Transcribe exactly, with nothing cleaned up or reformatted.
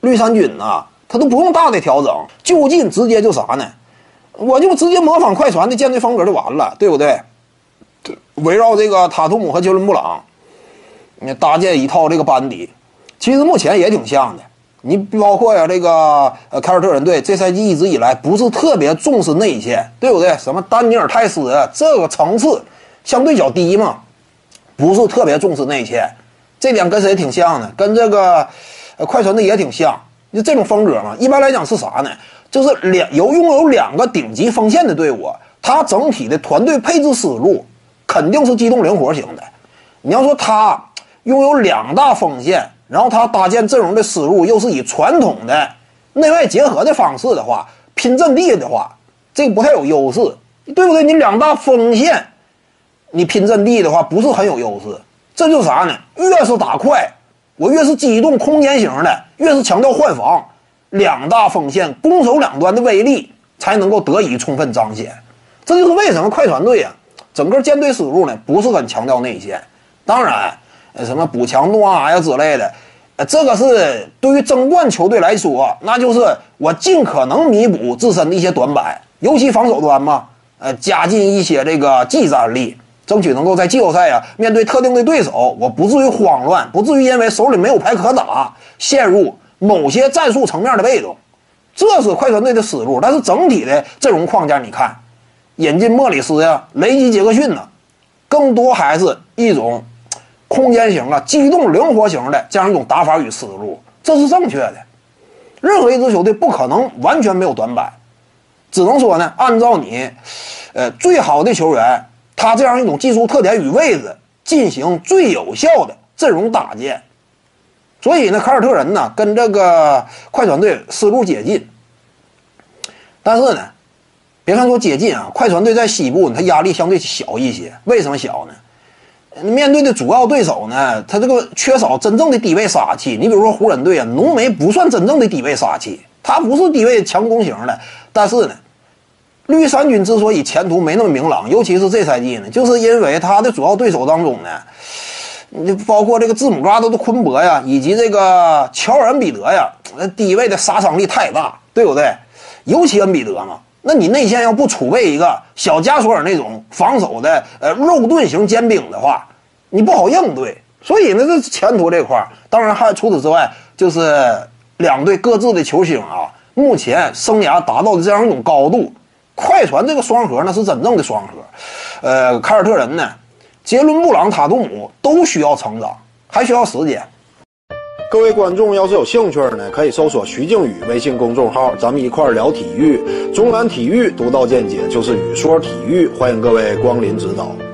绿衫军呐，他都不用大的调整，就近直接就啥呢？我就直接模仿快船的舰队风格就完了，对不对？围绕这个塔图姆和杰伦布朗，你搭建一套这个班底，其实目前也挺像的。你包括呀，这个呃凯尔特人队这赛季一直以来不是特别重视内线，对不对？什么丹尼尔泰斯这个层次相对较低嘛，不是特别重视内线，这点跟谁挺像的？跟这个呃快船队也挺像，就这种风格嘛。一般来讲是啥呢？就是两有拥有两个顶级锋线的队伍，它整体的团队配置思路肯定是机动灵活型的。你要说它拥有两大锋线，然后他搭建阵容的思路又是以传统的内外结合的方式的话，拼阵地的话，这个不太有优势，对不对？你两大锋线，你拼阵地的话不是很有优势。这就是啥呢？越是打快，我越是机动空间型的，越是强调换防，两大锋线攻守两端的威力才能够得以充分彰显。这就是为什么快船队啊，整个舰队思路呢不是很强调内线。当然什么补强诺阿呀之类的，呃，这个是对于争冠球队来说，那就是我尽可能弥补自身的一些短板，尤其防守端嘛，呃，加进一些这个技战力，争取能够在季后赛啊面对特定的对手，我不至于慌乱，不至于因为手里没有牌可打，陷入某些战术层面的被动。这是快船队的思路，但是整体的阵容框架，你看，引进莫里斯呀、雷吉杰克逊呢，更多还是一种空间型啊，机动灵活型的这样一种打法与思路，这是正确的。任何一支球队不可能完全没有短板，只能说呢，按照你，呃，最好的球员，他这样一种技术特点与位置进行最有效的阵容搭建。所以呢，凯尔特人呢跟这个快船队思路接近，但是呢，别看说接近啊，快船队在西部他压力相对小一些，为什么小呢？面对的主要对手呢，他这个缺少真正的低位杀气。你比如说湖人队啊，浓眉不算真正的低位杀气，他不是低位强攻型的。但是呢，绿衫军之所以前途没那么明朗，尤其是这赛季呢，就是因为他的主要对手当中呢，你包括这个字母哥的昆博呀，以及这个乔尔恩比德呀，低位的杀伤力太大，对不对？尤其恩比德嘛。那你内线要不储备一个小加索尔那种防守的呃肉盾型尖兵的话，你不好应对。所以呢，这前途这块儿，当然还除此之外，就是两队各自的球星啊，目前生涯达到的这样一种高度。快船这个双核呢是真正的双核，呃，凯尔特人呢，杰伦布朗、塔图姆都需要成长，还需要时间。 各位观众要是有兴趣呢，可以搜索徐静宇微信公众号，咱们一块聊体育。中南体育独到见解就是语说体育，欢迎各位光临指导。